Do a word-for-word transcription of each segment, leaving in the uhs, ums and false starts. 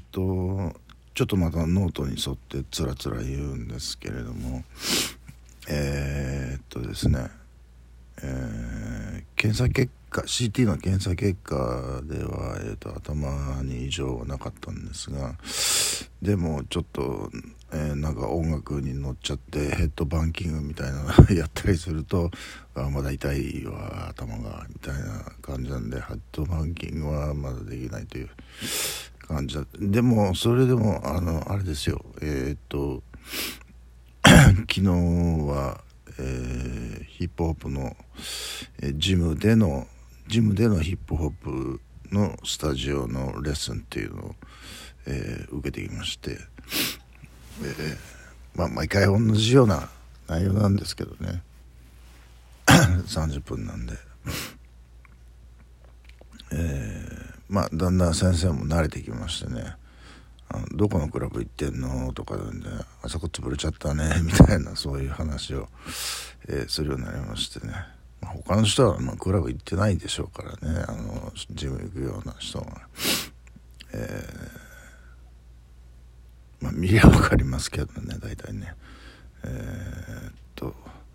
とちょっとまたノートに沿ってつらつら言うんですけれども、えー、っとですね、えー、検査結果 シーティー の検査結果では、えー、と頭に異常はなかったんですが、でもちょっと、えー、なんか音楽に乗っちゃってヘッドバンキングみたいなのやったりすると、あまだ痛いわ頭がみたいな感じなんで、ヘッドバンキングはまだできないという感じだ。でもそれでもあのあれですよ、えー、っと昨日は、えー、ヒップホップの、えー、ジムでのジムでのヒップホップのスタジオのレッスンっていうのを、えー、受けてきまして、えー、まあ毎回同じような内容なんですけどねさんじゅっぷんなんで、えー、まあだんだん先生も慣れてきましてね、あのどこのクラブ行ってんのとかなんで、あそこ潰れちゃったねみたいな、そういう話を、えー、するようになりましてね、まあ、他の人はまあクラブ行ってないでしょうからね、あのジム行くような人が、えー、まあ見りゃ分かりますけどね、大体ね、えー、っと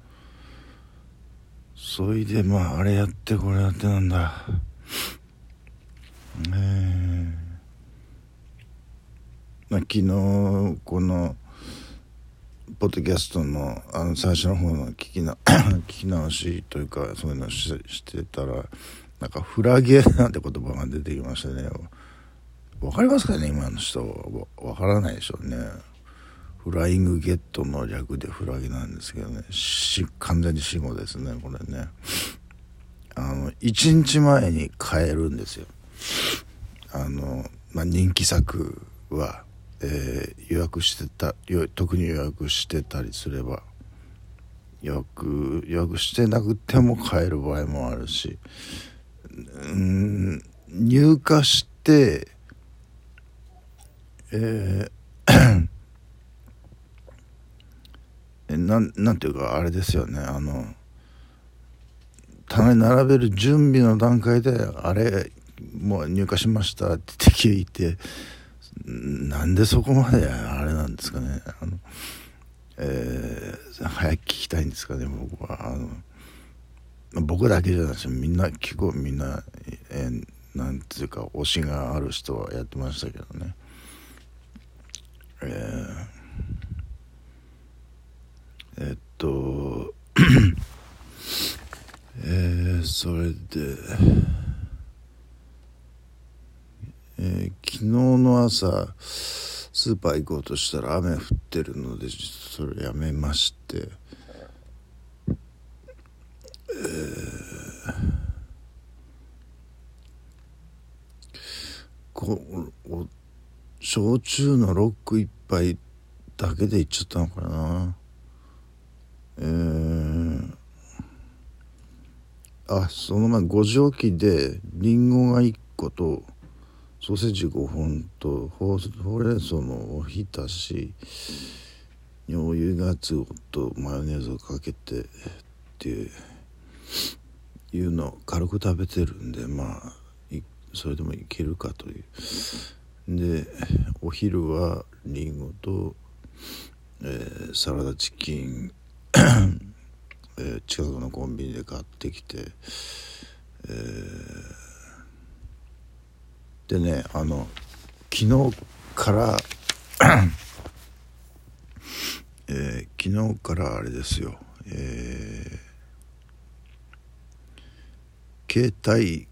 それでまああれやってこれやってなんだ、えーまあ、昨日このポッドキャストのあの最初の方の聞きな聞き直しというか、そういうのししてたら、なんかフラゲなんて言葉が出てきましたね。わかりますかね、今の人。わからないでしょうね。フライングゲットの略でフラゲなんですけどね、し完全に死語ですね、これね。あのいちにちまえに買えるんですよ。あの、まあ、人気作はえー、予約してた特に予約してたりすれば、予約予約してなくても買える場合もあるし、うーん入荷してえーな, なんていうかあれですよね、あの棚に並べる準備の段階であれもう入荷しましたって聞いて、なんでそこまであれなんですかね、あの、えー、早く聞きたいんですかね、僕は。あの僕だけじゃないですよ、みんな結構みんな、えー、なんていうか推しがある人はやってましたけどね、えー、えー、っとえー、それで、えー、昨日の朝スーパー行こうとしたら雨降ってるのでそれやめまして、えー、こお焼酎のロック一杯だけで行っちゃったのかな。えー、あその前ごじ起きでリンゴがいっことソーセージごほんとほうれん草のおひたしにお湯がつおとマヨネーズをかけてっていうのを軽く食べてるんで、まあそれでもいけるかというで、お昼はリンゴと、えー、サラダチキン、えー、近くのコンビニで買ってきて、えー、でね、あの昨日からえー、昨日からあれですよ、えー、携帯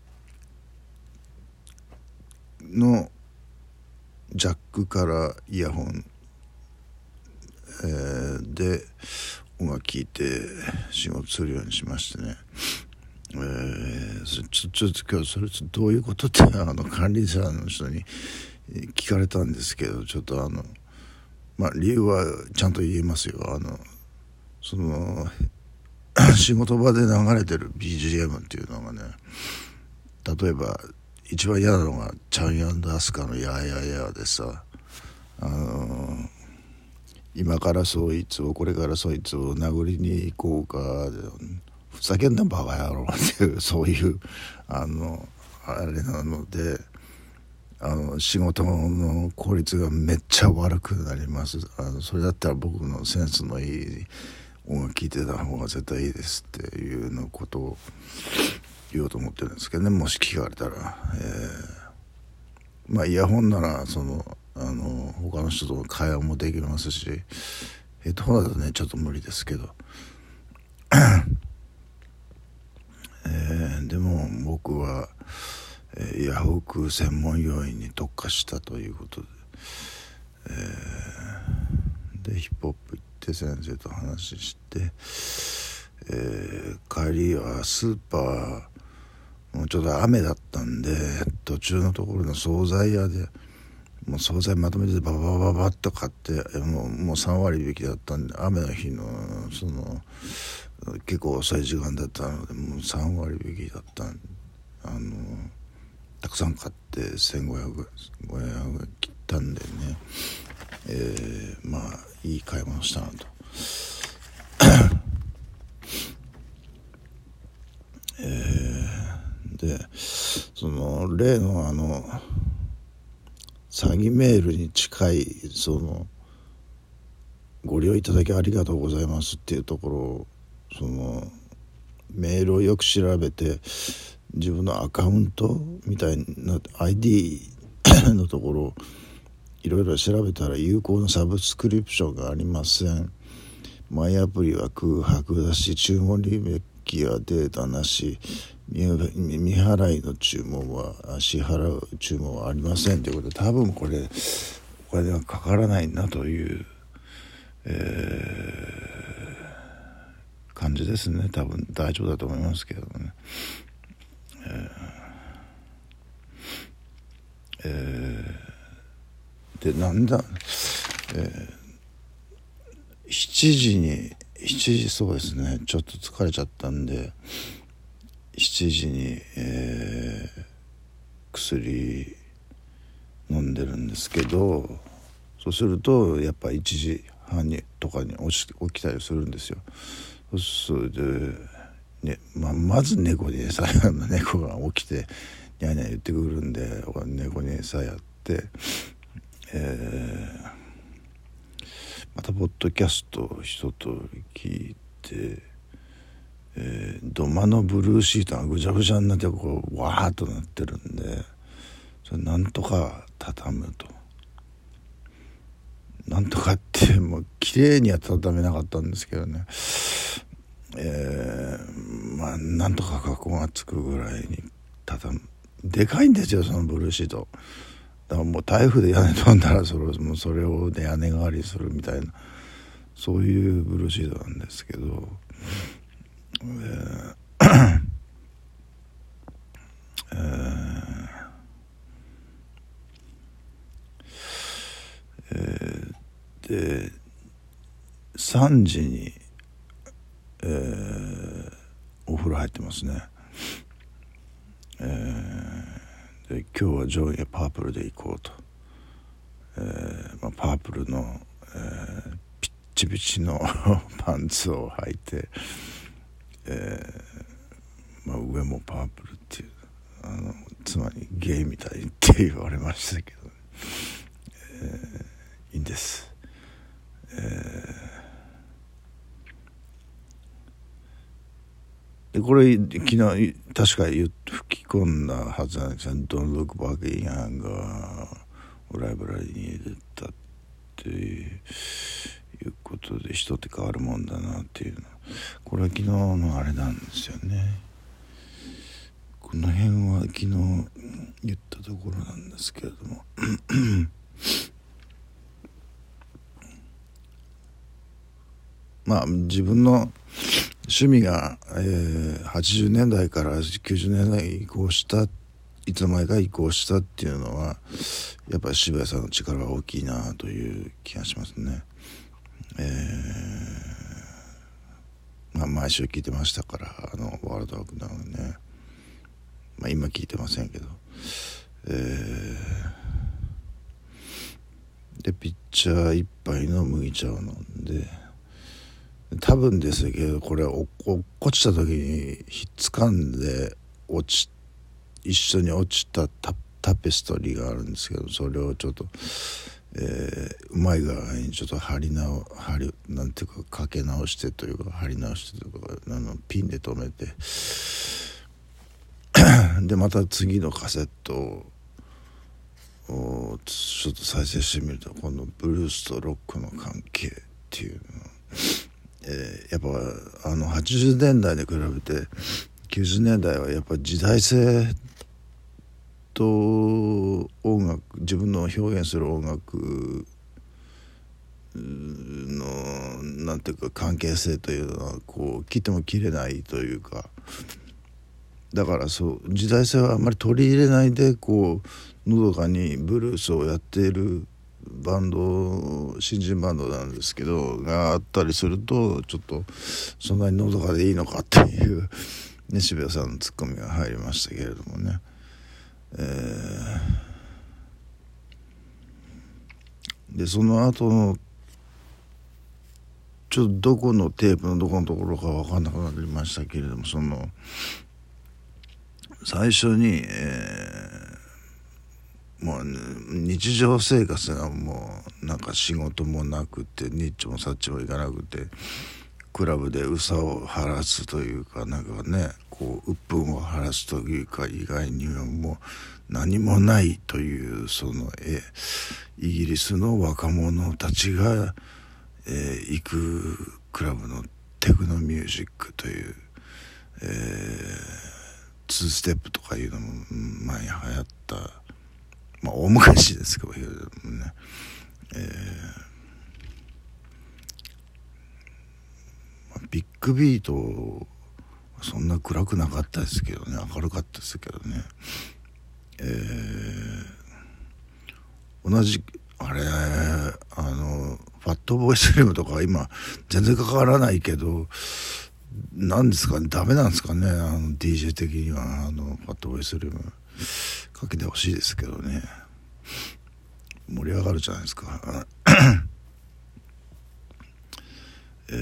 のジャックからイヤホン、えー、で音楽聴いて仕事するようにしましてね、えー、ちょちょっと今日それどういうことってあの管理者の人に聞かれたんですけど、ちょっとあのまあ理由はちゃんと言えますよ。あのその仕事場で流れてる ビージーエム っていうのがね、例えば一番嫌なのがチャイアンドアスカのやーやーやーでさ、あのー、今からそいつをこれからそいつを殴りに行こうか、ふざけんなバカ野郎っていうそういうあのあれなので、 あの仕事の効率がめっちゃ悪くなります。あのそれだったら僕のセンスのいい音楽聴いてた方が絶対いいですっていうのことを言おうと思ってるんですけどね、もし聞かれたら、えー、まあイヤホンならそのあの他の人との会話もできますし、ヘッドホンだとねちょっと無理ですけどえー、でも僕は、えー、ヤフオク専門要員に特化したということで、えー、でヒップホップ行って先生と話して、えー、帰りはスーパーもうちょうど雨だったんで途中のところの惣菜屋でもう惣菜まとめてバババババッと買ってもう、もうさん割引だったんで雨の日のその結構遅い時間だったのでもうさん割引だったんであのたくさん買ってせんごひゃくえん切ったんでね、えー、まあいい買い物したなとえー、でその例のあの詐欺メールに近いそのご利用いただきありがとうございますっていうところをそのメールをよく調べて自分のアカウントみたいな アイディー のところをいろいろ調べたら有効なサブスクリプションがありません。マイアプリは空白だし注文履歴やデータなし未払いの注文は支払う注文はありませんということで多分これお金はかからないなという、えー、感じですね。多分大丈夫だと思いますけどね、えーえー、でなんだ、えー、しちじにしちじそうですねちょっと疲れちゃったんでしちじに、えー、薬飲んでるんですけどそうするとやっぱいちじはんにとかに起き、起きたりするんですよ。それで、ねまあ、まず猫に餌やるの猫が起きてニャーニャー言ってくるんで猫に餌やって、えー、またポッドキャストを一通り聞いて、えー、土間のブルーシートがぐちゃぐちゃになってこうわーっとなってるんでそれなんとか畳むとなんとかってもう綺麗には畳めなかったんですけどね、えー、まあなんとか格好がつくぐらいに畳む。でかいんですよそのブルーシートだからもう台風で屋根飛んだらそれもうそれを、ね、屋根代わりするみたいなそういうブルーシートなんですけど、えーえーえー、でさんじに、えー、お風呂入ってますね、えー、で今日は上下パープルで行こうと、えーまあ、パープルの、えー、ピッチピチのパンツを履いて、えーまあ、上もパープルっていうあのつまりゲイみたいって言われましたけど、えー、いいんです、えー、でこれ昨日確か吹き込んだはずなんですよ。 Don't look back in anger をライブラリに入れたっていうことで人って変わるもんだなっていうのこれは昨日のあれなんですよね。この辺は昨日言ったところなんですけれどもまあ自分の趣味が、えー、はちじゅうねんだいからきゅうじゅうねんだいに移行したいつの間にか移行したっていうのはやっぱり渋谷さんの力が大きいなという気がしますね。えーまあ、毎週聞いてましたからあのワールドワークダウンね、まあ、今聞いてませんけど、えー、でピッチャー一杯の麦茶を飲んで多分ですけどこれ落っこちた時にひっつかんで落ち一緒に落ちたタッタペストリーがあるんですけど、それをちょっと、えー、うまい具合にちょっと貼り直貼りなんていうかかけ直してというか貼り直してというか、あのピンで留めてでまた次のカセットをちょっと再生してみると、このブルースとロックの関係っていうの、えー、やっぱあのはちじゅうねんだいに比べてきゅうじゅうねんだいはやっぱ時代性と音楽、自分の表現する音楽のなんていうか関係性というのはこう切っても切れないというか、だからそう時代性はあんまり取り入れないでこうのどかにブルースをやっているバンド、新人バンドなんですけどがあったりすると、ちょっとそんなにのどかでいいのかっていうね、渋谷さんのツッコミが入りましたけれどもね、えー、でその後のちょっとどこのテープのどこのところか分かんなくなりましたけれども、その最初に、えー、もう、ね、日常生活がもうなんか仕事もなくてニッチもサッチもいかなくて、クラブで憂さを晴らすというか、なんかねこう鬱憤を晴らすというか以外にはもう何もないという、そのえイギリスの若者たちが、えー、行くクラブのテクノミュージックという、えーツーステップとかいうのも前に流行った、まあ大昔ですけどね、えーまあ、ビッグビートそんな暗くなかったですけどね、明るかったですけどね、えー、同じあれあのファットボーイスリムとか今全然かからないけど、なんですかね、ダメなんですかね、あの ディージェー 的にはあのファットボーイスリムかけてほしいですけどね、盛り上がるじゃないですかえ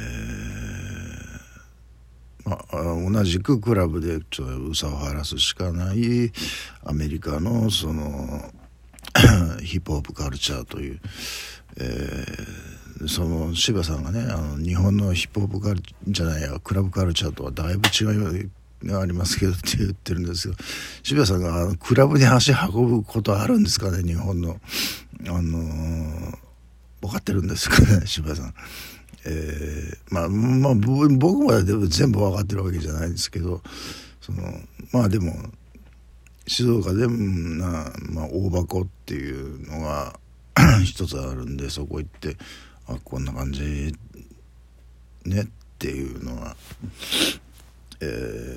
ー、まあ同じくクラブでちょっと憂さを晴らすしかないアメリカのそのヒップホップカルチャーという、えー、その柴さんがね、あの日本のヒップホップカルじゃないやクラブカルチャーとはだいぶ違いがありますけどって言ってるんですけど、柴さんがあのクラブに足運ぶことあるんですかね、日本のあのー、分かってるんですかね柴さん、えー、まあまあ僕まで全部分かってるわけじゃないですけど、そのまあでも静岡でもな、まあ、大箱っていうのが一つあるんで、そこ行ってあこんな感じねっていうのは、え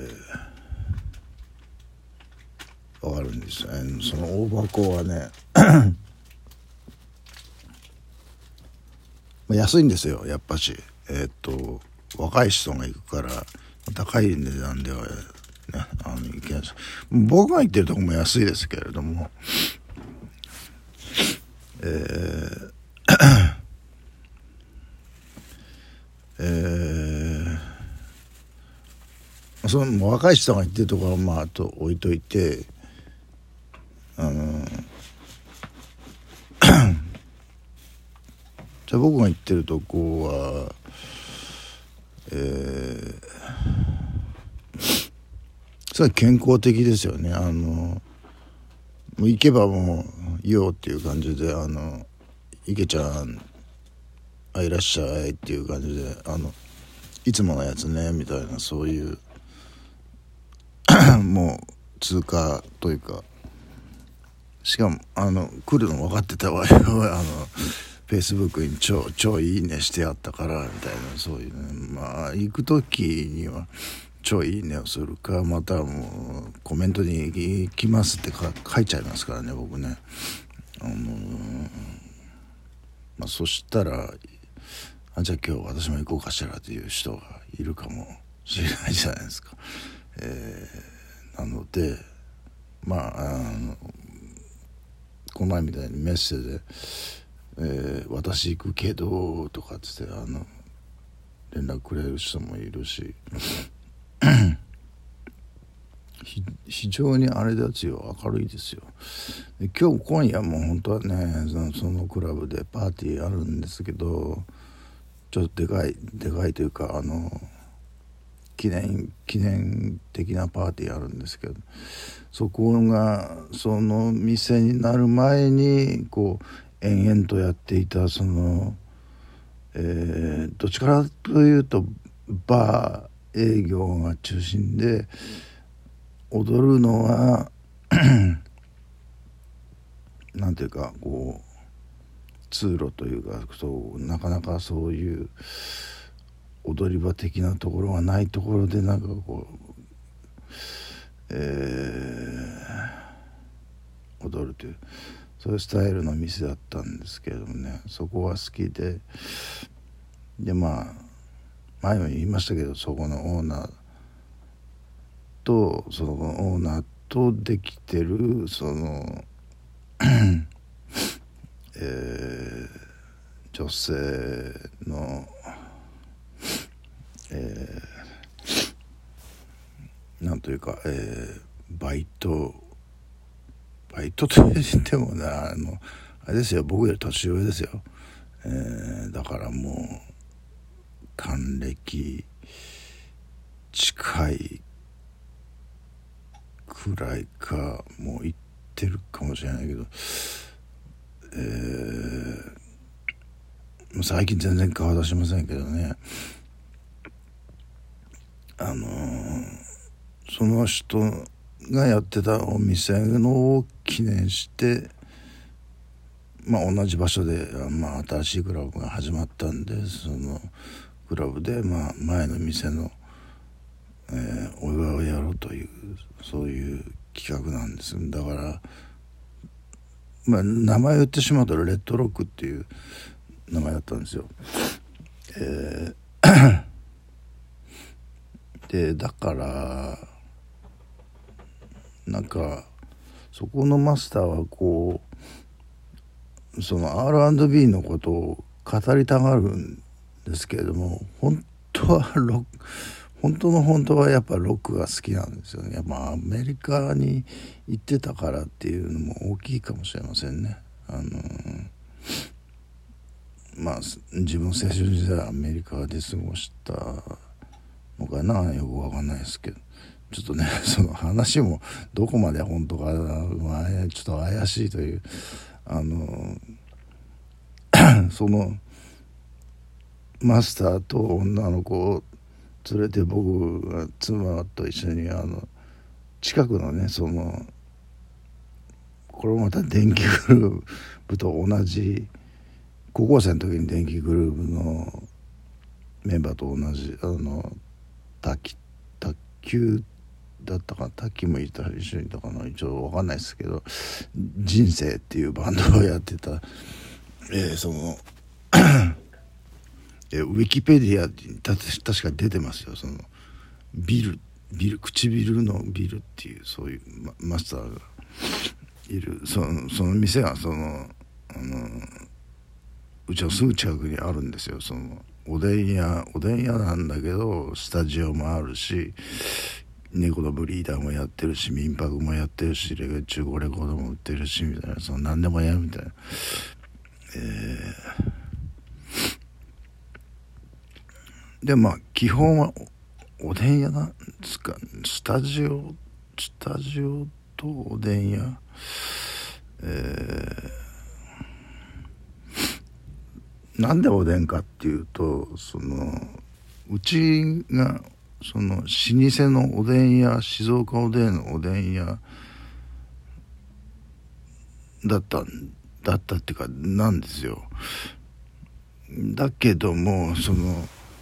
ー、分かるんですよね。その大箱はね安いんですよやっぱし、えー、っと若い人が行くから高い値段ではね、あのいけないです。僕が行ってるとこも安いですけれども、えーえー、その若い人が行ってるところはまあと置いといて、あのじゃあ僕が行ってるとこは、えーそれは健康的ですよね。あのもう行けばもういいよっていう感じで、あの池ちゃんあいらっしゃいっていう感じで、あのいつものやつねみたいな、そういうもう通過というか、しかもあの来るの分かってたわよあのフェイスブックに超超いいねしてあったからみたいな、そういうね、まあ行く時には超いいねをするか、またはもうコメントに行きますってか書いちゃいますからね僕ね、あのー、まあそしたらあじゃあ今日私も行こうかしらという人がいるかもしれないじゃないですか、えー、なのでまああのこの前みたいにメッセージで、えー、私行くけどとかっつってあの連絡くれる人もいるし非常にあれですよ、明るいですよ。で今日今夜も本当はねその、そのクラブでパーティーあるんですけど、ちょっとでかいでかいというかあの記念記念的なパーティーあるんですけど、そこがその店になる前にこう延々とやっていたその、えー、どっちからというとバー営業が中心で、踊るのはなんていうかこう通路というか、そうなかなかそういう踊り場的なところがないところでなんかこう、えー、踊るというそういうスタイルの店だったんですけれどもね、そこは好きで、でまあ前も言いましたけど、そこのオーナーとそのオーナーとできてるその、えー、女性の、えー、なんというか、えー、バイトバイトと言ってもね、あのあれですよ、僕より年上ですよ、えー、だからもう還暦近いくらいか、もう行ってるかもしれないけど、えー、最近全然顔出しませんけどね、あのー、その人がやってたお店のを記念して、まあ同じ場所で、まあ、新しいクラブが始まったんで、そのクラブで、まあ、前の店の、えー、お祝いをやろうというそういう企画なんです。だから、まあ、名前を言ってしまうとレッドロックっていう名前だったんですよ。えー、でだからなんかそこのマスターはこうその アールアンドビー のことを語りたがるんですけれども、本当はロック本当の本当はやっぱロックが好きなんですよね。やっぱアメリカに行ってたからっていうのも大きいかもしれませんね。あのー、まあ自分の青春時代はアメリカで過ごしたのかな、よくわかんないですけど、ちょっとねその話もどこまで本当か、まあ、ちょっと怪しいという、あのー、そのマスターと女の子を連れて僕が妻と一緒にあの近くのね、そのこれもまた電気グループと同じ、高校生の時に電気グループのメンバーと同じあの卓卓球だったかな、卓球もいた一緒にいたかな、一応分かんないですけど、人生っていうバンドをやってた、えー、そのえウィキペディアに確か出てますよ、そのビルビル唇のビルっていうそういう マ, マスターがいる、そのその店はそのあのうちのすぐ近くにあるんですよ。そのおでん屋おでん屋なんだけどスタジオもあるし、猫のブリーダーもやってるし、民泊もやってるし、中古レコードも売ってるしみたいな、その何でもやるみたいな、えーでまあ基本はおでん屋なんですか、スタジオスタジオとおでん屋、えー、なんでおでんかっていうと、そのうちがその老舗のおでん屋、静岡おでんのおでん屋だっただったっていうかなんですよ。だけどもその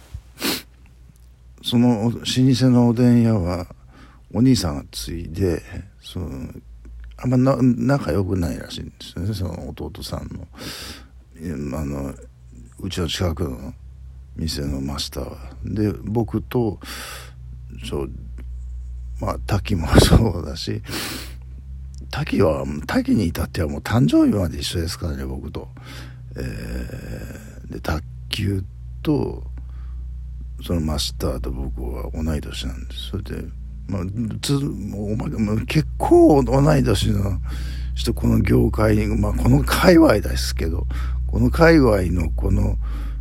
その老舗のおでん屋はお兄さんが継いで、そのあんまな仲良くないらしいんですよね、その弟さんのあのうちの近くの店のマスターは。で僕とそうまあ滝もそうだし、滝は滝に至ってはもう誕生日まで一緒ですからね、僕と。えー、で卓球とそのマスターと僕は同い年なんです。それでまあ、つもうおまけもう結構同い年の人、この業界に、まあ、この界隈ですけど、この界隈のこの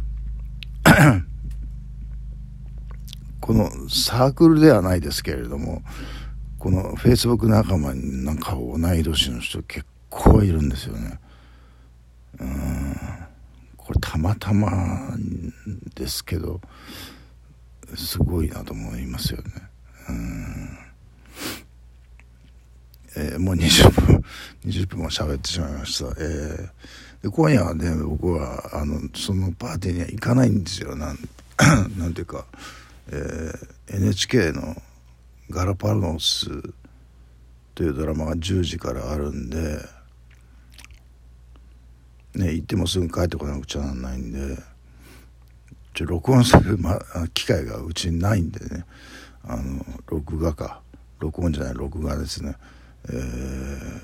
このサークルではないですけれども、このフェイスブック仲間になんか同い年の人結構いるんですよね。うん、これたまたまですけどすごいなと思いますよね。うん、えー、もうにじゅっぷんにじゅっぷんも喋ってしまいました。えー、で今夜はね、僕はあのそのパーティーには行かないんですよ。なんなんていうか、えー、エヌエイチケー のガラパゴスというドラマがじゅうじからあるんで、ね、行ってもすぐ帰ってこなくちゃなんないんで、ちょ録音する、ま、機会がうちにないんでね、あの録画か録音じゃない録画ですね。えー、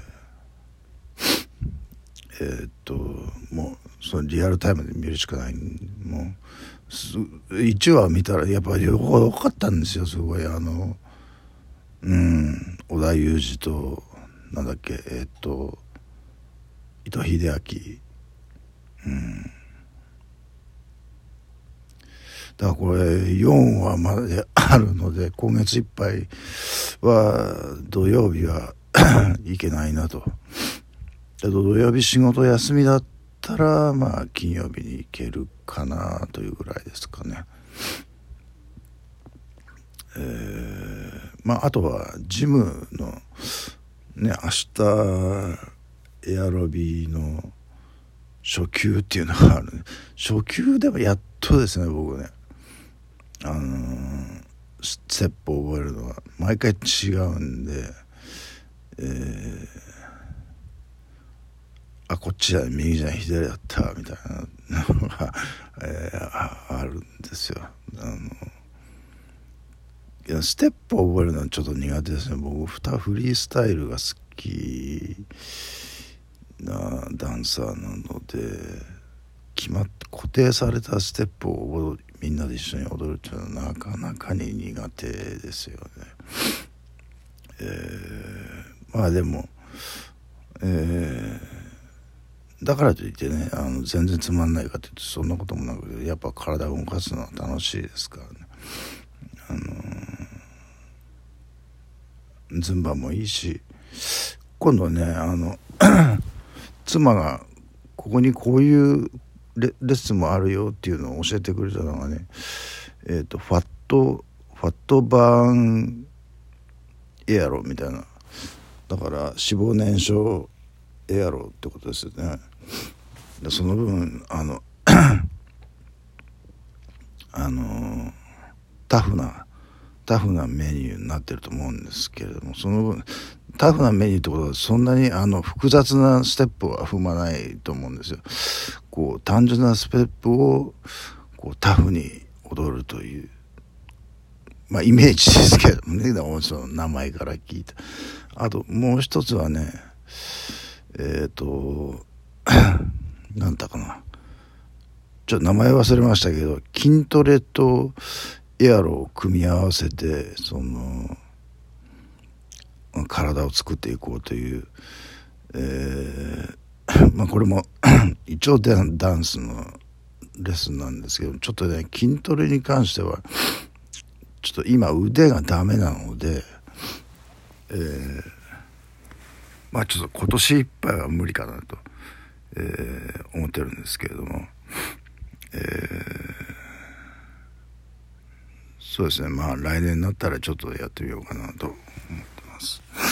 えー、っともうそのリアルタイムで見るしかない。もういちわ見たらやっぱりよかったんですよ。すごいあのうん織田裕二となんだっけえー、っと伊藤英明、うん、だからこれよんわまであるので、今月いっぱいは土曜日はいけないなと。土曜日仕事休みだったらまあ金曜日に行けるかなというぐらいですかね。えー、まああとはジムのね、明日エアロビの初級っていうのがある、ね、初級でもやっとですね、僕ね、あのー、ステップを覚えるのは毎回違うんで、えー、あこっちじゃ右じゃ左だったみたいなのが、えー、あ, あるんですよ。あのいやステップを覚えるのはちょっと苦手ですね。僕フリースタイルが好きなダンサーなので、決まって固定されたステップをみんなで一緒に踊るっていうのはなかなかに苦手ですよね。えー、まあでも、えー、だからといってね、あの全然つまんないかというとそんなこともなく、やっぱ体を動かすのは楽しいですからね。あのー、ズンバもいいし、今度ね、あの妻がここにこういうレ, レッスンもあるよっていうのを教えてくれたのがね、えっとファットファットバーンエアロみたいな、だから脂肪燃焼エアロってことですよね。でその分あのあのタフなタフなメニューになってると思うんですけれども、その分タフなメニューってことはそんなにあの複雑なステップは踏まないと思うんですよ。こう単純なステップをこうタフに踊るという、まあイメージですけどもね、その名前から聞いた。あともう一つはね、えっとなんだかな、ちょっと名前忘れましたけど、筋トレとエアロを組み合わせてその体を作っていこうという、えー、まあこれも一応ダンスのレッスンなんですけど、ちょっとね筋トレに関してはちょっと今腕がダメなので、えー、まあちょっと今年いっぱいは無理かなと、えー、思ってるんですけれども、えー、そうですね、まあ来年になったらちょっとやってみようかなと思ってます。